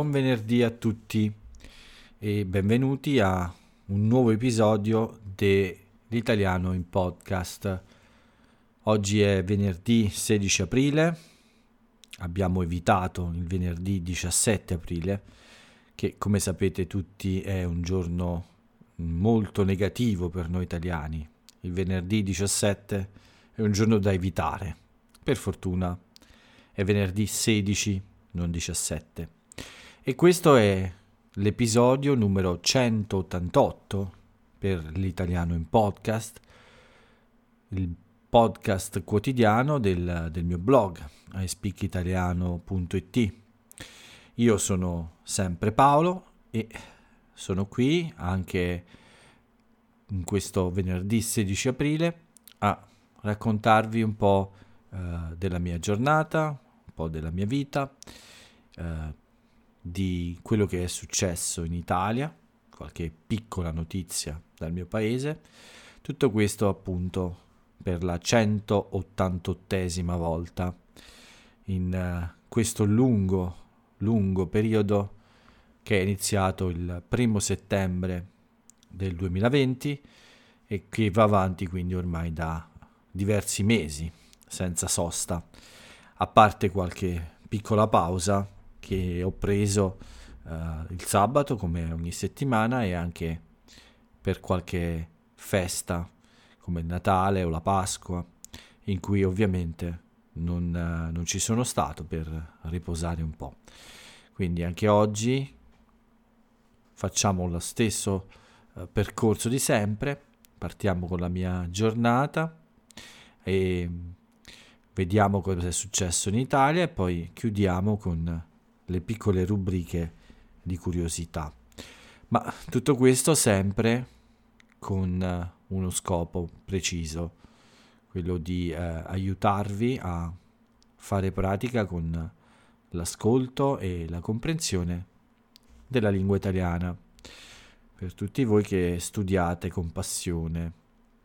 buon venerdì a tutti e benvenuti a un nuovo episodio dell'Italiano in Podcast. Oggi è venerdì 16 aprile, abbiamo evitato il venerdì 17 aprile, che come sapete tutti è un giorno molto negativo per noi italiani. Il venerdì 17 è un giorno da evitare, per fortuna è venerdì 16, non 17. E questo è l'episodio numero 188 per l'Italiano in Podcast, il podcast quotidiano del mio blog, ispeakitaliano.it. Io sono sempre Paolo e sono qui anche in questo venerdì 16 aprile a raccontarvi un po' della mia giornata, un po' della mia vita, di quello che è successo in Italia, qualche piccola notizia dal mio paese, tutto questo appunto per la 188esima volta in questo lungo periodo che è iniziato il 1 settembre del 2020 e che va avanti quindi ormai da diversi mesi senza sosta, a parte qualche piccola pausa che ho preso il sabato come ogni settimana e anche per qualche festa come il Natale o la Pasqua, in cui ovviamente non ci sono stato per riposare un po'. Quindi anche oggi facciamo lo stesso percorso di sempre, partiamo con la mia giornata e vediamo cosa è successo in Italia e poi chiudiamo con le piccole rubriche di curiosità. Ma tutto questo sempre con uno scopo preciso, quello di aiutarvi a fare pratica con l'ascolto e la comprensione della lingua italiana, per tutti voi che studiate con passione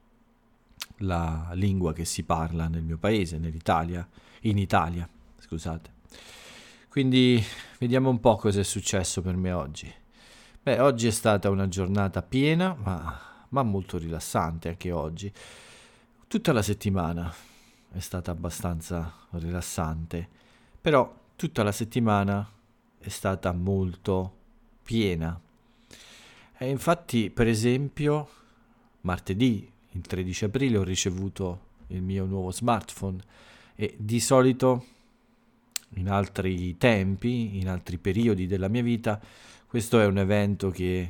la lingua che si parla nel mio paese, in Italia, scusate. Quindi vediamo un po' cosa è successo per me oggi. Beh, oggi è stata una giornata piena, ma molto rilassante anche oggi. Tutta la settimana è stata abbastanza rilassante, però tutta la settimana è stata molto piena. E infatti, per esempio, martedì, il 13 aprile, ho ricevuto il mio nuovo smartphone e di solito in altri tempi, in altri periodi della mia vita, questo è un evento che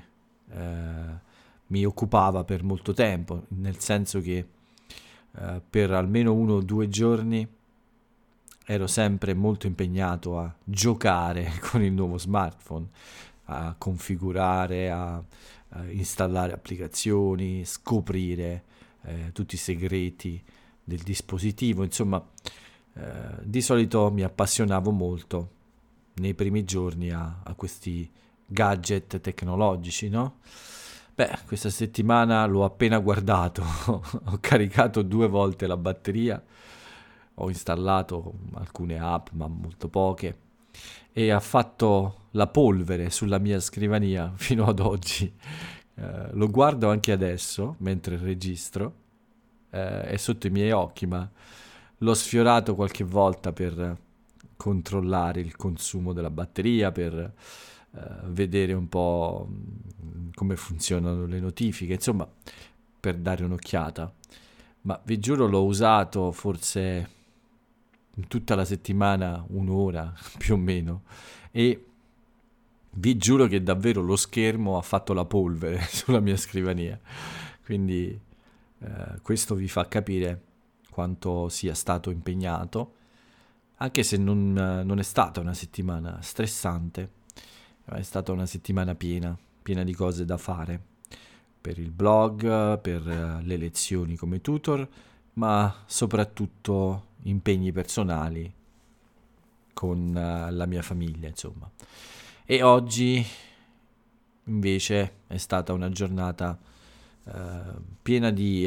mi occupava per molto tempo, nel senso che per almeno 1 o 2 giorni ero sempre molto impegnato a giocare con il nuovo smartphone, a configurare, a installare applicazioni, scoprire tutti i segreti del dispositivo. Insomma, di solito mi appassionavo molto nei primi giorni a questi gadget tecnologici, no? Beh, questa settimana l'ho appena guardato, ho caricato 2 volte la batteria, ho installato alcune app, ma molto poche, e ha fatto la polvere sulla mia scrivania fino ad oggi. Lo guardo anche adesso, mentre registro, è sotto i miei occhi, ma l'ho sfiorato qualche volta per controllare il consumo della batteria, per vedere un po' come funzionano le notifiche, insomma, per dare un'occhiata. Ma vi giuro, l'ho usato forse in tutta la settimana 1 ora più o meno, e vi giuro che davvero lo schermo ha fatto la polvere sulla mia scrivania. Quindi questo vi fa capire quanto sia stato impegnato, anche se non è stata una settimana stressante, è stata una settimana piena di cose da fare per il blog, per le lezioni come tutor, ma soprattutto impegni personali con la mia famiglia, insomma. E oggi invece è stata una giornata piena di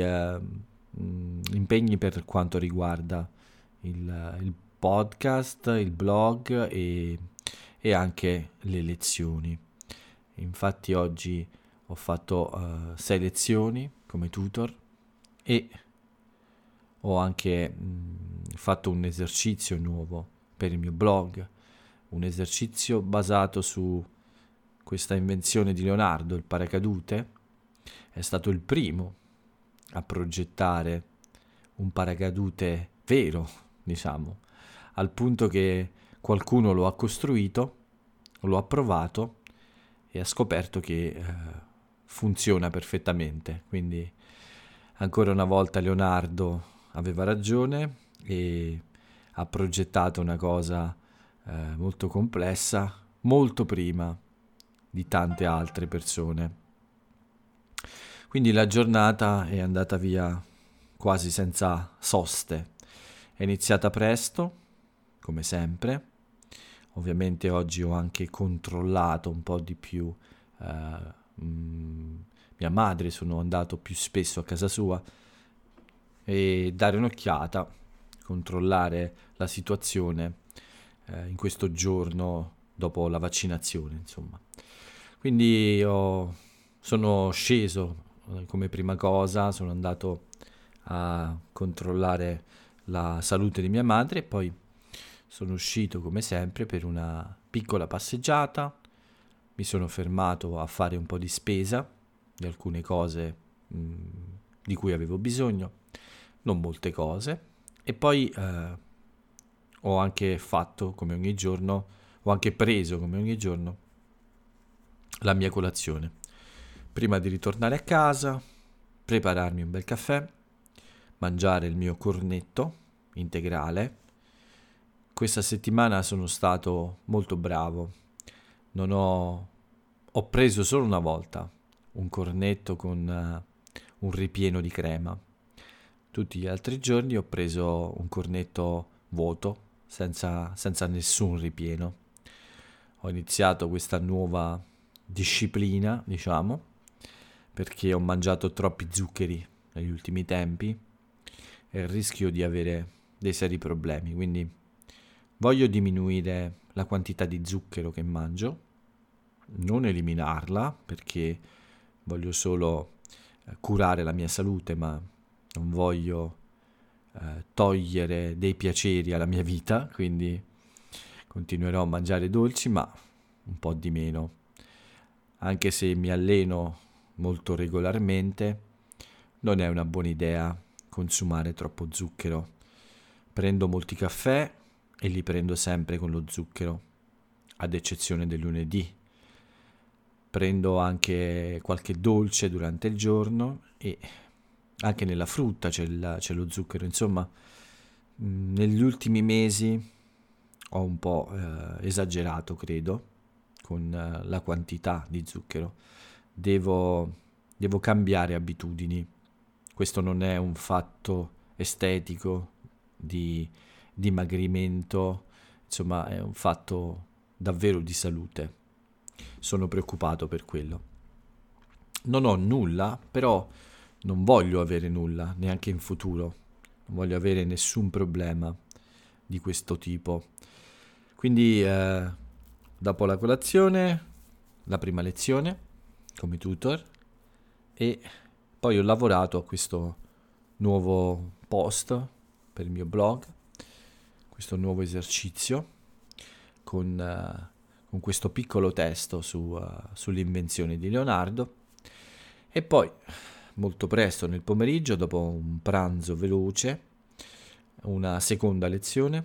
impegni per quanto riguarda il podcast, il blog e e anche le lezioni. Infatti oggi ho fatto 6 lezioni come tutor e ho anche fatto un esercizio nuovo per il mio blog, un esercizio basato su questa invenzione di Leonardo, il paracadute. È stato il primo a progettare un paracadute vero, diciamo, al punto che qualcuno lo ha costruito, lo ha provato e ha scoperto che funziona perfettamente. Quindi ancora una volta Leonardo aveva ragione e ha progettato una cosa molto complessa, molto prima di tante altre persone. Quindi la giornata è andata via quasi senza soste. È iniziata presto, come sempre. Ovviamente oggi ho anche controllato un po' di più mia madre, sono andato più spesso a casa sua e dare un'occhiata, controllare la situazione in questo giorno dopo la vaccinazione, insomma. Quindi sono sceso come prima cosa, sono andato a controllare la salute di mia madre e poi sono uscito come sempre per una piccola passeggiata, mi sono fermato a fare un po' di spesa di alcune cose di cui avevo bisogno, non molte cose, e poi ho anche fatto come ogni giorno, ho anche preso come ogni giorno la mia colazione. Prima di ritornare a casa, prepararmi un bel caffè, mangiare il mio cornetto integrale. Questa settimana sono stato molto bravo. Ho preso solo una volta un cornetto con un ripieno di crema. Tutti gli altri giorni ho preso un cornetto vuoto, senza nessun ripieno. Ho iniziato questa nuova disciplina, diciamo, perché ho mangiato troppi zuccheri negli ultimi tempi e rischio di avere dei seri problemi, quindi voglio diminuire la quantità di zucchero che mangio, non eliminarla perché voglio solo curare la mia salute, ma non voglio togliere dei piaceri alla mia vita, quindi continuerò a mangiare dolci, ma un po' di meno. Anche se mi alleno molto regolarmente, non è una buona idea consumare troppo zucchero. Prendo molti caffè e li prendo sempre con lo zucchero, ad eccezione del lunedì. Prendo anche qualche dolce durante il giorno e anche nella frutta c'è lo zucchero. Insomma, negli ultimi mesi ho un po' esagerato, credo, con la quantità di zucchero. Devo cambiare abitudini. Questo non è un fatto estetico di dimagrimento, insomma è un fatto davvero di salute. Sono preoccupato per quello. Non ho nulla, però non voglio avere nulla, neanche in futuro. Non voglio avere nessun problema di questo tipo. Quindi dopo la colazione, la prima lezione come tutor e poi ho lavorato a questo nuovo post per il mio blog, questo nuovo esercizio con questo piccolo testo sull'invenzione di Leonardo e poi molto presto nel pomeriggio, dopo un pranzo veloce, una seconda lezione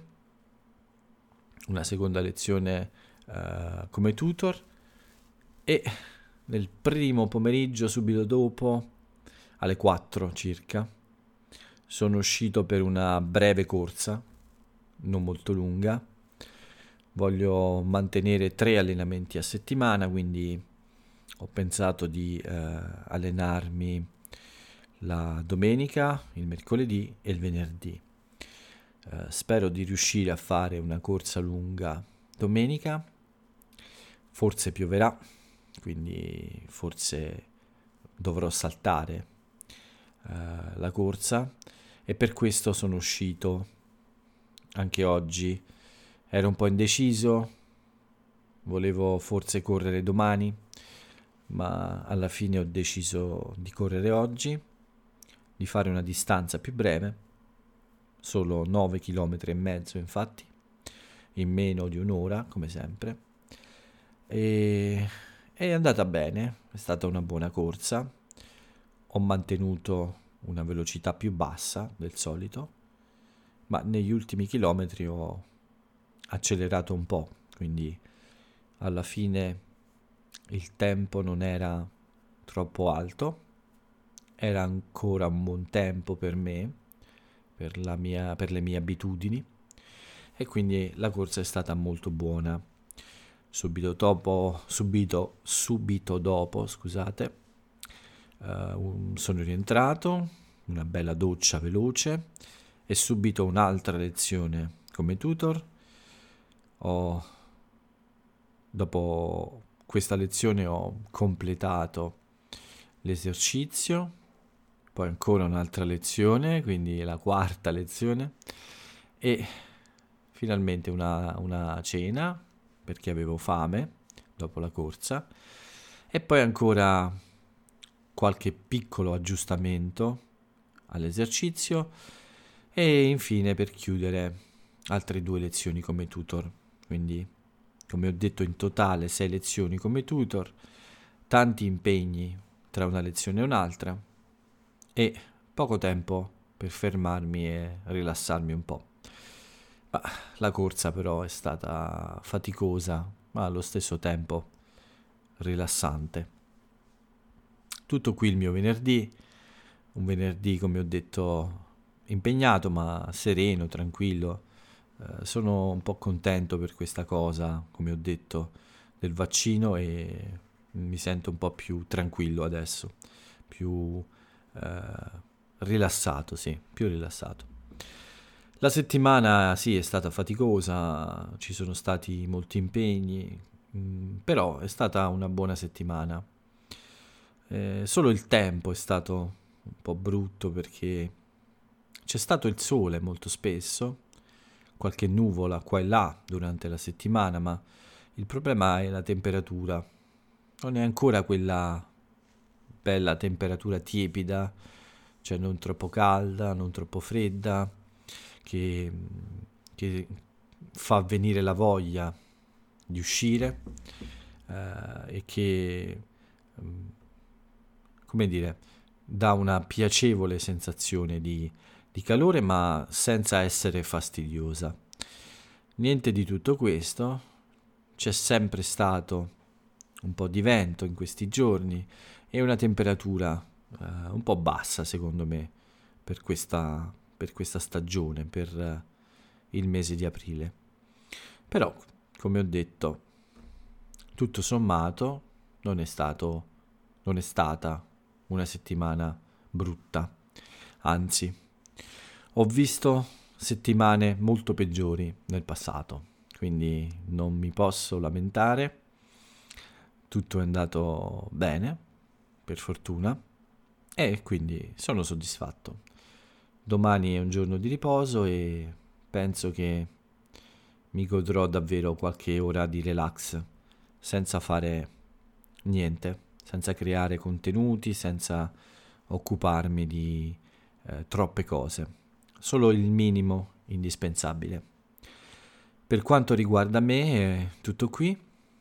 come tutor e nel primo pomeriggio subito dopo alle 4 circa sono uscito per una breve corsa, non molto lunga. Voglio mantenere 3 allenamenti a settimana, quindi ho pensato di allenarmi la domenica, il mercoledì e il venerdì. Spero di riuscire a fare una corsa lunga domenica, forse pioverà, quindi forse dovrò saltare la corsa e per questo sono uscito anche oggi. Ero un po' indeciso, volevo forse correre domani, ma alla fine ho deciso di correre oggi, di fare una distanza più breve, solo 9 km e mezzo infatti, in meno di un'ora come sempre, e è andata bene, è stata una buona corsa, ho mantenuto una velocità più bassa del solito, ma negli ultimi chilometri ho accelerato un po', quindi alla fine il tempo non era troppo alto, era ancora un buon tempo per me, per le mie abitudini, e quindi la corsa è stata molto buona. Subito dopo, scusate, sono rientrato, una bella doccia veloce e subito un'altra lezione come tutor. Dopo questa lezione ho completato l'esercizio, poi ancora un'altra lezione, quindi la quarta lezione, e finalmente una cena, perché avevo fame dopo la corsa, e poi ancora qualche piccolo aggiustamento all'esercizio, e infine per chiudere altre 2 lezioni come tutor. Quindi, come ho detto, in totale 6 lezioni come tutor, tanti impegni tra una lezione e un'altra e poco tempo per fermarmi e rilassarmi un po'. Ma la corsa però è stata faticosa, ma allo stesso tempo rilassante. Tutto qui il mio venerdì, un venerdì come ho detto impegnato ma sereno, tranquillo. Sono un po' contento per questa cosa, come ho detto, del vaccino, e mi sento un po' più tranquillo adesso, più rilassato, sì, più rilassato. La settimana sì è stata faticosa, ci sono stati molti impegni, però è stata una buona settimana. Solo il tempo è stato un po' brutto perché c'è stato il sole molto spesso, qualche nuvola qua e là durante la settimana, ma il problema è la temperatura. Non è ancora quella bella temperatura tiepida, cioè non troppo calda, non troppo fredda, che, che fa venire la voglia di uscire, e che, come dire, dà una piacevole sensazione di calore, ma senza essere fastidiosa. Niente di tutto questo, c'è sempre stato un po' di vento in questi giorni e una temperatura un po' bassa secondo me per questa stagione, per il mese di aprile. Però, come ho detto, tutto sommato non è stata una settimana brutta, anzi, ho visto settimane molto peggiori nel passato, quindi non mi posso lamentare, tutto è andato bene, per fortuna, e quindi sono soddisfatto. Domani è un giorno di riposo e penso che mi godrò davvero qualche ora di relax, senza fare niente, senza creare contenuti, senza occuparmi di troppe cose, solo il minimo indispensabile. Per quanto riguarda me è tutto qui,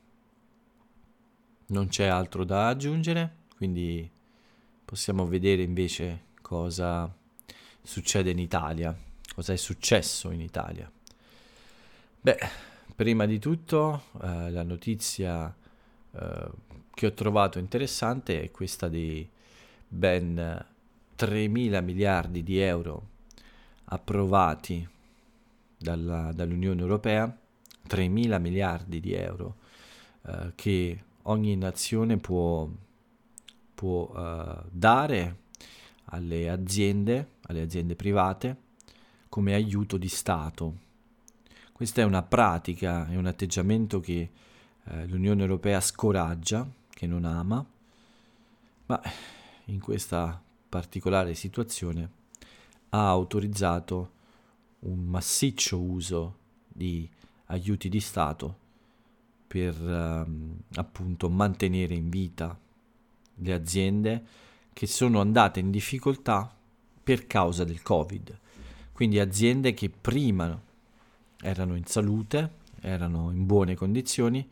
non c'è altro da aggiungere, quindi possiamo vedere invece cosa succede in Italia, cosa è successo in Italia. Beh, prima di tutto la notizia che ho trovato interessante è questa di ben 3.000 miliardi di euro approvati dall'Unione Europea, 3.000 miliardi di euro che ogni nazione può dare alle aziende private come aiuto di Stato. Questa è una pratica, è un atteggiamento che l'Unione Europea scoraggia, che non ama, ma in questa particolare situazione ha autorizzato un massiccio uso di aiuti di Stato per appunto mantenere in vita le aziende che sono andate in difficoltà per causa del Covid. Quindi aziende che prima erano in salute, erano in buone condizioni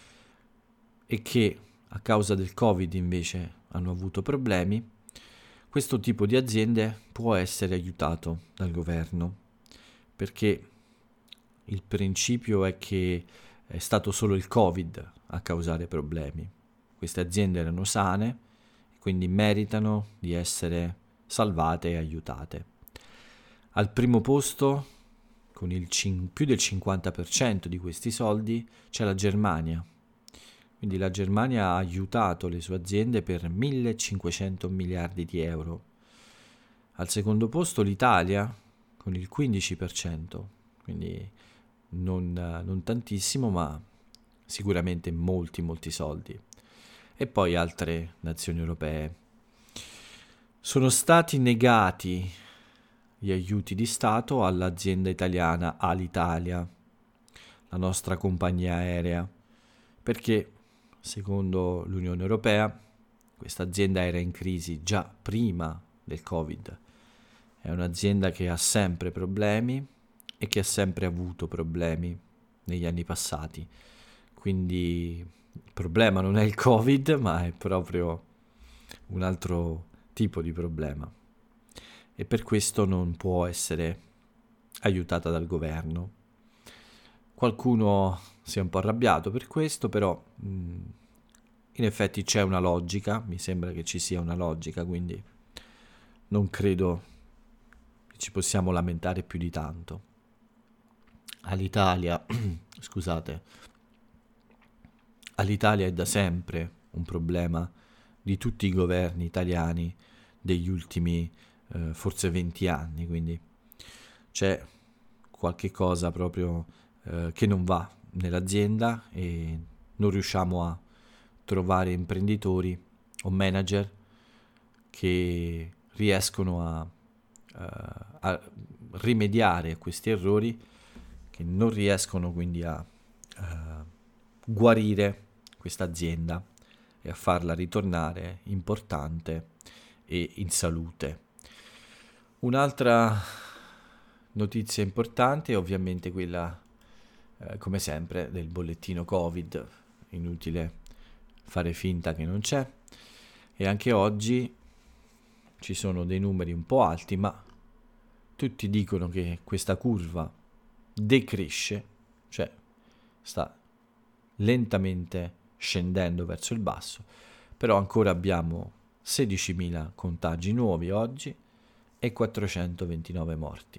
e che a causa del Covid invece hanno avuto problemi. Questo tipo di aziende può essere aiutato dal governo, perché il principio è che è stato solo il Covid a causare problemi. Queste aziende erano sane, quindi meritano di essere salvate e aiutate. Al primo posto, con più del 50% di questi soldi, c'è la Germania. Quindi la Germania ha aiutato le sue aziende per 1.500 miliardi di euro. Al secondo posto l'Italia, con il 15%, quindi non tantissimo, ma sicuramente molti soldi. E poi altre nazioni europee. Sono stati negati gli aiuti di Stato all'azienda italiana Alitalia, la nostra compagnia aerea, perché secondo l'Unione Europea questa azienda era in crisi già prima del Covid. È un'azienda che ha sempre problemi e che ha sempre avuto problemi negli anni passati. Quindi il problema non è il Covid, ma è proprio un altro tipo di problema. E per questo non può essere aiutata dal governo. Qualcuno si è un po' arrabbiato per questo, però in effetti c'è una logica, mi sembra che ci sia una logica, quindi non credo che ci possiamo lamentare più di tanto. All'Italia, scusate, all'Italia è da sempre un problema di tutti i governi italiani degli ultimi forse 20 anni, quindi c'è qualche cosa proprio che non va nell'azienda e non riusciamo a trovare imprenditori o manager che riescono a rimediare a questi errori, che non riescono quindi a guarire questa azienda e a farla ritornare importante e in salute. Un'altra notizia importante è ovviamente quella, come sempre, del bollettino Covid. Inutile fare finta che non c'è. E anche oggi ci sono dei numeri un po' alti, ma tutti dicono che questa curva decresce, cioè sta lentamente scendendo verso il basso, però ancora abbiamo 16.000 contagi nuovi oggi e 429 morti.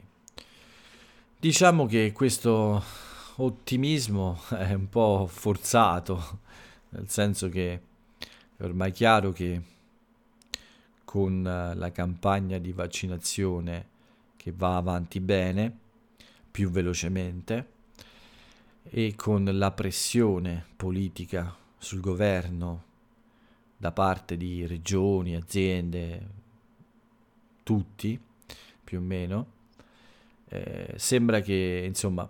Diciamo che questo ottimismo è un po' forzato, nel senso che è ormai chiaro che con la campagna di vaccinazione che va avanti bene, più velocemente, e con la pressione politica sul governo da parte di regioni, aziende, tutti più o meno, sembra che insomma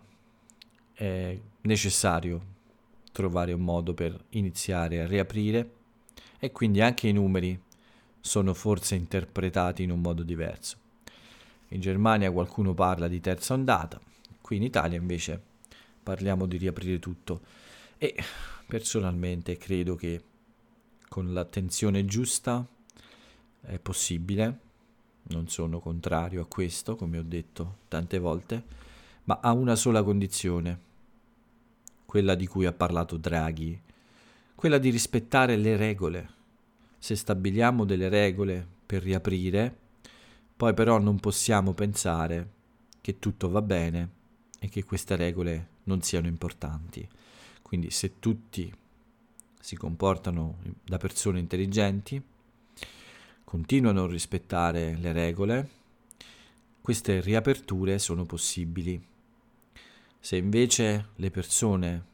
è necessario trovare un modo per iniziare a riaprire, e quindi anche i numeri sono forse interpretati in un modo diverso. In Germania qualcuno parla di terza ondata, qui in Italia invece parliamo di riaprire tutto, e personalmente credo che con l'attenzione giusta è possibile. Non sono contrario a questo, come ho detto tante volte, ma a una sola condizione, quella di cui ha parlato Draghi, quella di rispettare le regole. Se stabiliamo delle regole per riaprire, poi però non possiamo pensare che tutto va bene e che queste regole non siano importanti. Quindi se tutti si comportano da persone intelligenti, continuano a rispettare le regole, queste riaperture sono possibili. Se invece le persone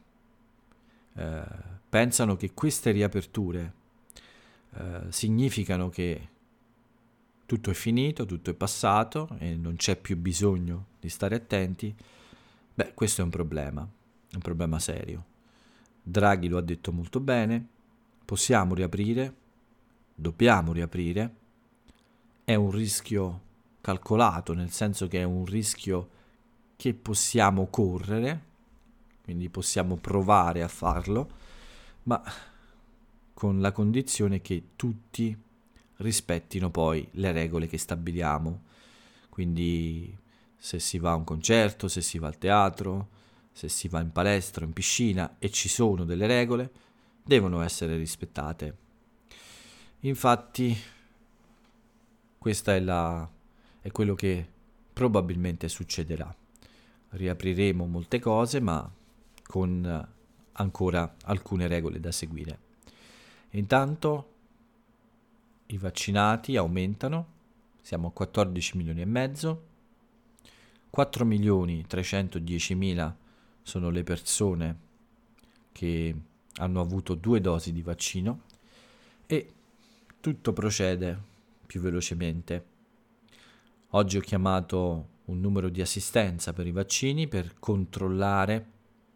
pensano che queste riaperture significano che tutto è finito, tutto è passato e non c'è più bisogno di stare attenti, questo è un problema serio. Draghi lo ha detto molto bene, possiamo riaprire, dobbiamo riaprire, è un rischio calcolato, nel senso che è un rischio che possiamo correre, quindi possiamo provare a farlo, ma con la condizione che tutti rispettino poi le regole che stabiliamo. Quindi se si va a un concerto, se si va al teatro, se si va in palestra, in piscina e ci sono delle regole, devono essere rispettate. Infatti questa è quello che probabilmente succederà. Riapriremo molte cose, ma con ancora alcune regole da seguire. Intanto i vaccinati aumentano, siamo a 14 milioni e mezzo, 4 milioni 310 mila sono le persone che hanno avuto 2 dosi di vaccino e tutto procede più velocemente. Oggi ho chiamato un numero di assistenza per i vaccini per controllare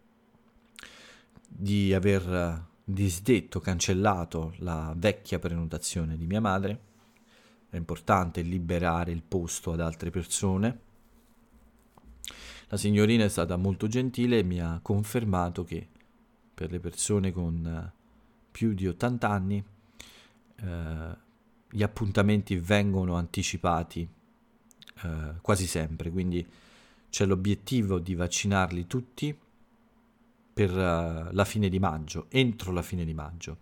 di aver disdetto, cancellato la vecchia prenotazione di mia madre. È importante liberare il posto ad altre persone. La signorina è stata molto gentile e mi ha confermato che per le persone con più di 80 anni gli appuntamenti vengono anticipati quasi sempre, quindi c'è l'obiettivo di vaccinarli tutti per la fine di maggio, entro la fine di maggio.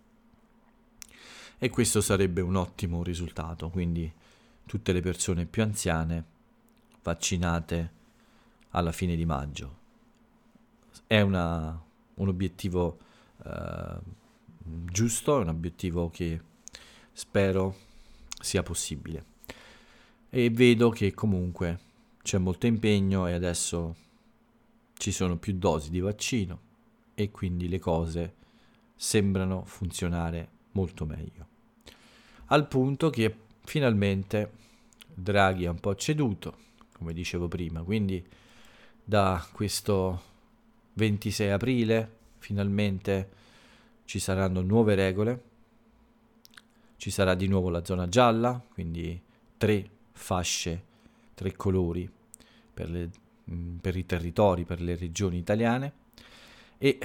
E questo sarebbe un ottimo risultato, quindi tutte le persone più anziane vaccinate alla fine di maggio. È un obiettivo giusto, è un obiettivo che spero sia possibile. E vedo che comunque c'è molto impegno e adesso ci sono più dosi di vaccino e quindi le cose sembrano funzionare molto meglio. Al punto che finalmente Draghi ha un po' ceduto, come dicevo prima, quindi da questo 26 aprile finalmente ci saranno nuove regole, ci sarà di nuovo la zona gialla, quindi 3 fasce, 3 colori per i territori, per le regioni italiane e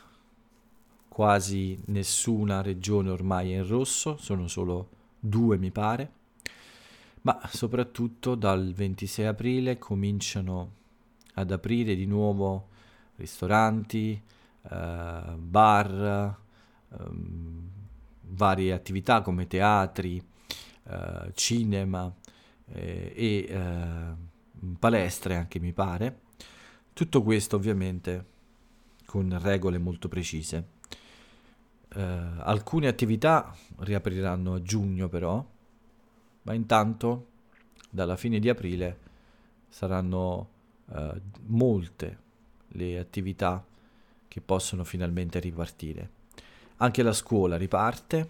quasi nessuna regione ormai è in rosso, sono solo 2 mi pare, ma soprattutto dal 26 aprile cominciano ad aprire di nuovo ristoranti, bar, varie attività come teatri, cinema e palestre anche mi pare. Tutto questo ovviamente con regole molto precise. Alcune attività riapriranno a giugno però, ma intanto dalla fine di aprile saranno molte le attività che possono finalmente ripartire. Anche la scuola riparte,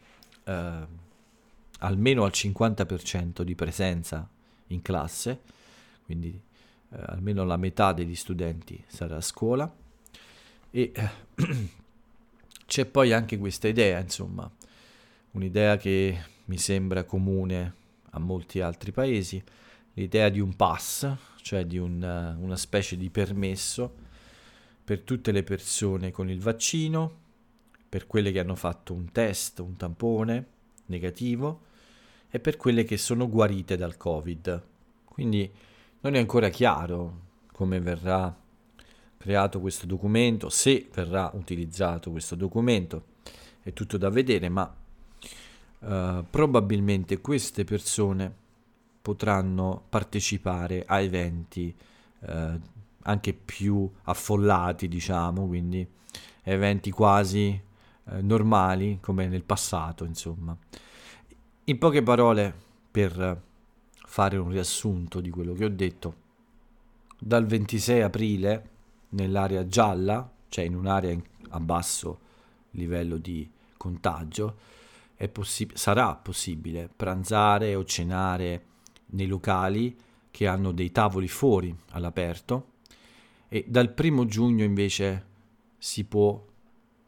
almeno al 50% di presenza in classe, quindi almeno la metà degli studenti sarà a scuola e c'è poi anche questa idea, insomma, un'idea che mi sembra comune a molti altri paesi, l'idea di un pass, cioè di una specie di permesso per tutte le persone con il vaccino, per quelle che hanno fatto un test, un tampone negativo e per quelle che sono guarite dal Covid. Quindi non è ancora chiaro come verrà creato questo documento, se verrà utilizzato questo documento, è tutto da vedere, ma probabilmente queste persone potranno partecipare a eventi anche più affollati, diciamo, quindi eventi quasi normali come nel passato, insomma. In poche parole, per fare un riassunto di quello che ho detto, dal 26 aprile nell'area gialla, cioè in un'area a basso livello di contagio, sarà possibile pranzare o cenare nei locali che hanno dei tavoli fuori all'aperto e dal 1 giugno invece si può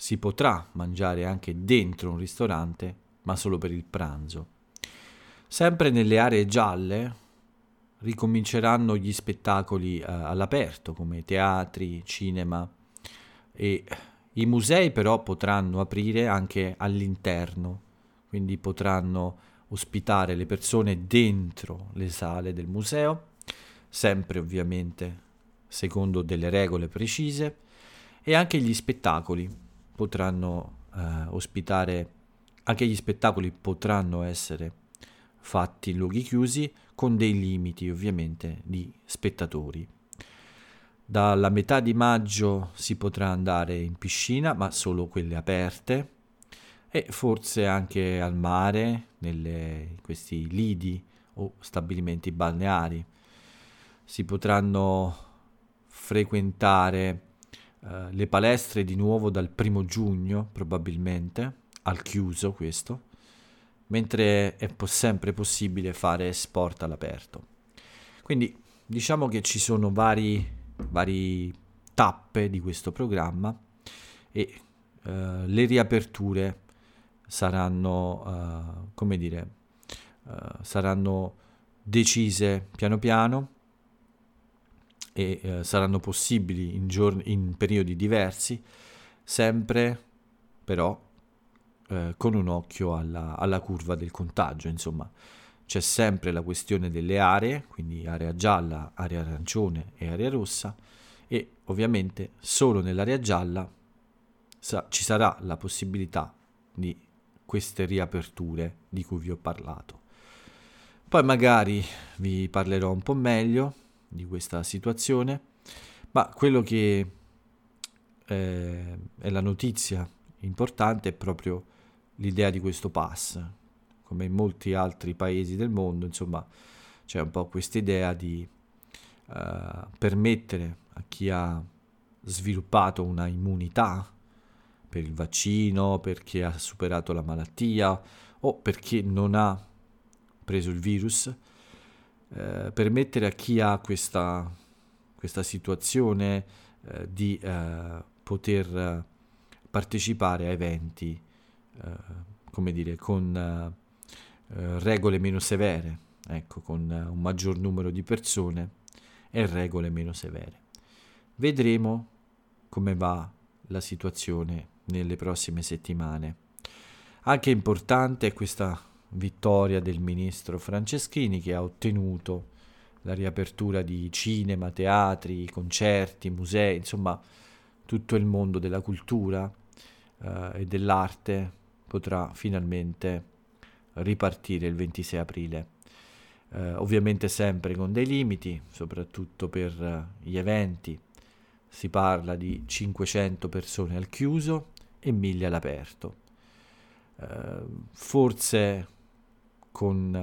si potrà mangiare anche dentro un ristorante, ma solo per il pranzo. Sempre nelle aree gialle ricominceranno gli spettacoli all'aperto, come teatri, cinema, e i musei però potranno aprire anche all'interno, quindi potranno ospitare le persone dentro le sale del museo, sempre ovviamente secondo delle regole precise, e anche gli spettacoli potranno ospitare, anche gli spettacoli potranno essere fatti in luoghi chiusi con dei limiti ovviamente di spettatori. Dalla metà di maggio si potrà andare in piscina, ma solo quelle aperte, e forse anche al mare, in questi lidi o stabilimenti balneari. Si potranno frequentare le palestre di nuovo dal 1 giugno, probabilmente, al chiuso questo, mentre è sempre possibile fare sport all'aperto. Quindi diciamo che ci sono vari tappe di questo programma e le riaperture saranno, saranno decise piano piano e saranno possibili in periodi diversi, sempre però con un occhio alla curva del contagio. Insomma, c'è sempre la questione delle aree, quindi area gialla, area arancione e area rossa, e ovviamente solo nell'area gialla ci sarà la possibilità di queste riaperture di cui vi ho parlato. Poi magari vi parlerò un po' meglio di questa situazione, ma quello che è la notizia importante è proprio l'idea di questo pass. Come in molti altri paesi del mondo, insomma, c'è un po' questa idea di permettere a chi ha sviluppato una immunità per il vaccino, per chi ha superato la malattia o per chi non ha preso il virus, permettere a chi ha questa situazione di poter partecipare a eventi, come dire, con regole meno severe, ecco, con un maggior numero di persone e regole meno severe. Vedremo come va la situazione nelle prossime settimane. Anche importante è questa vittoria del ministro Franceschini, che ha ottenuto la riapertura di cinema, teatri, concerti, musei, insomma tutto il mondo della cultura e dell'arte potrà finalmente ripartire il 26 aprile. Ovviamente sempre con dei limiti, soprattutto per gli eventi. Si parla di 500 persone al chiuso e 1000 all'aperto. Forse con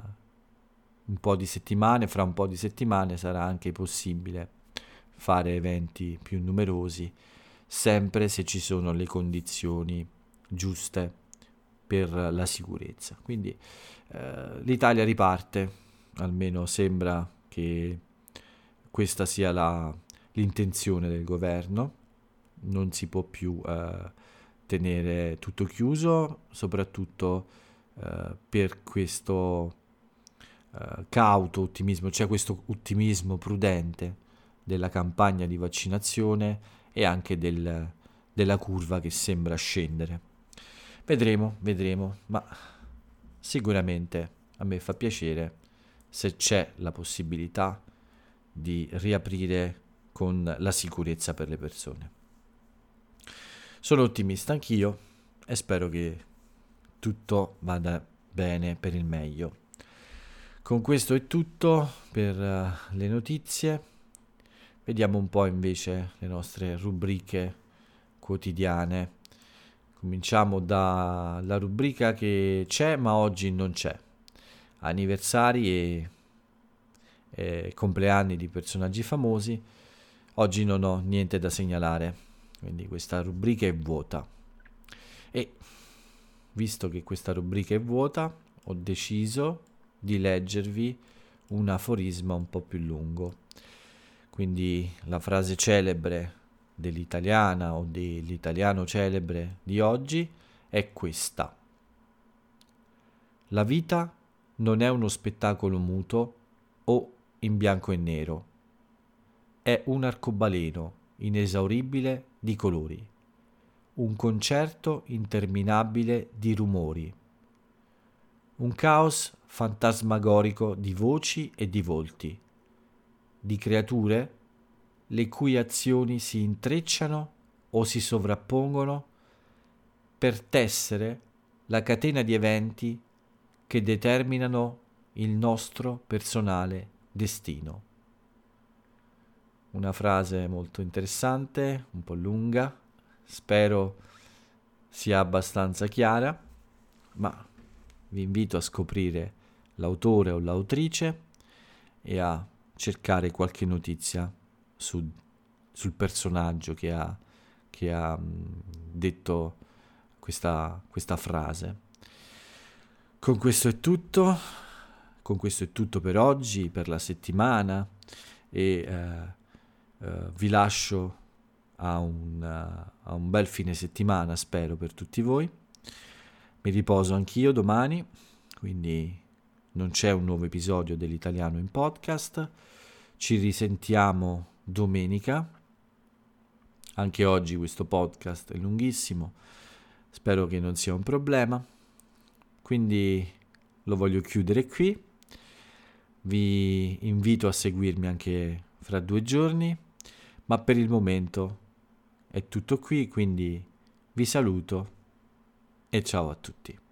fra un po' di settimane sarà anche possibile fare eventi più numerosi, sempre se ci sono le condizioni giuste per la sicurezza. Quindi l'Italia riparte, almeno sembra che questa sia l'intenzione del governo. Non si può più tenere tutto chiuso, soprattutto per questo cauto ottimismo, cioè questo ottimismo prudente della campagna di vaccinazione e anche della curva che sembra scendere. Vedremo, ma sicuramente a me fa piacere se c'è la possibilità di riaprire con la sicurezza per le persone. Sono ottimista anch'io e spero che tutto vada bene per il meglio. Con questo è tutto per le notizie. Vediamo un po' invece le nostre rubriche quotidiane. Cominciamo dalla rubrica che c'è ma oggi non c'è. Anniversari e compleanni di personaggi famosi. Oggi non ho niente da segnalare, quindi questa rubrica è vuota. E visto che questa rubrica è vuota, ho deciso di leggervi un aforisma un po' più lungo. Quindi la frase celebre dell'italiana o dell'italiano celebre di oggi è questa. La vita non è uno spettacolo muto o in bianco e nero. È un arcobaleno inesauribile di colori, un concerto interminabile di rumori, un caos fantasmagorico di voci e di volti, di creature le cui azioni si intrecciano o si sovrappongono per tessere la catena di eventi che determinano il nostro personale destino. Una frase molto interessante, un po' lunga, spero sia abbastanza chiara, ma vi invito a scoprire l'autore o l'autrice e a cercare qualche notizia sul personaggio che ha detto questa frase. Con questo è tutto per oggi, per la settimana, e vi lascio a un bel fine settimana, spero, per tutti voi. Mi riposo anch'io domani, quindi non c'è un nuovo episodio dell'Italiano in podcast. Ci risentiamo domenica. Anche oggi questo podcast è lunghissimo, spero che non sia un problema. Quindi lo voglio chiudere qui. Vi invito a seguirmi anche fra 2 giorni, ma per il momento è tutto qui, quindi vi saluto e ciao a tutti.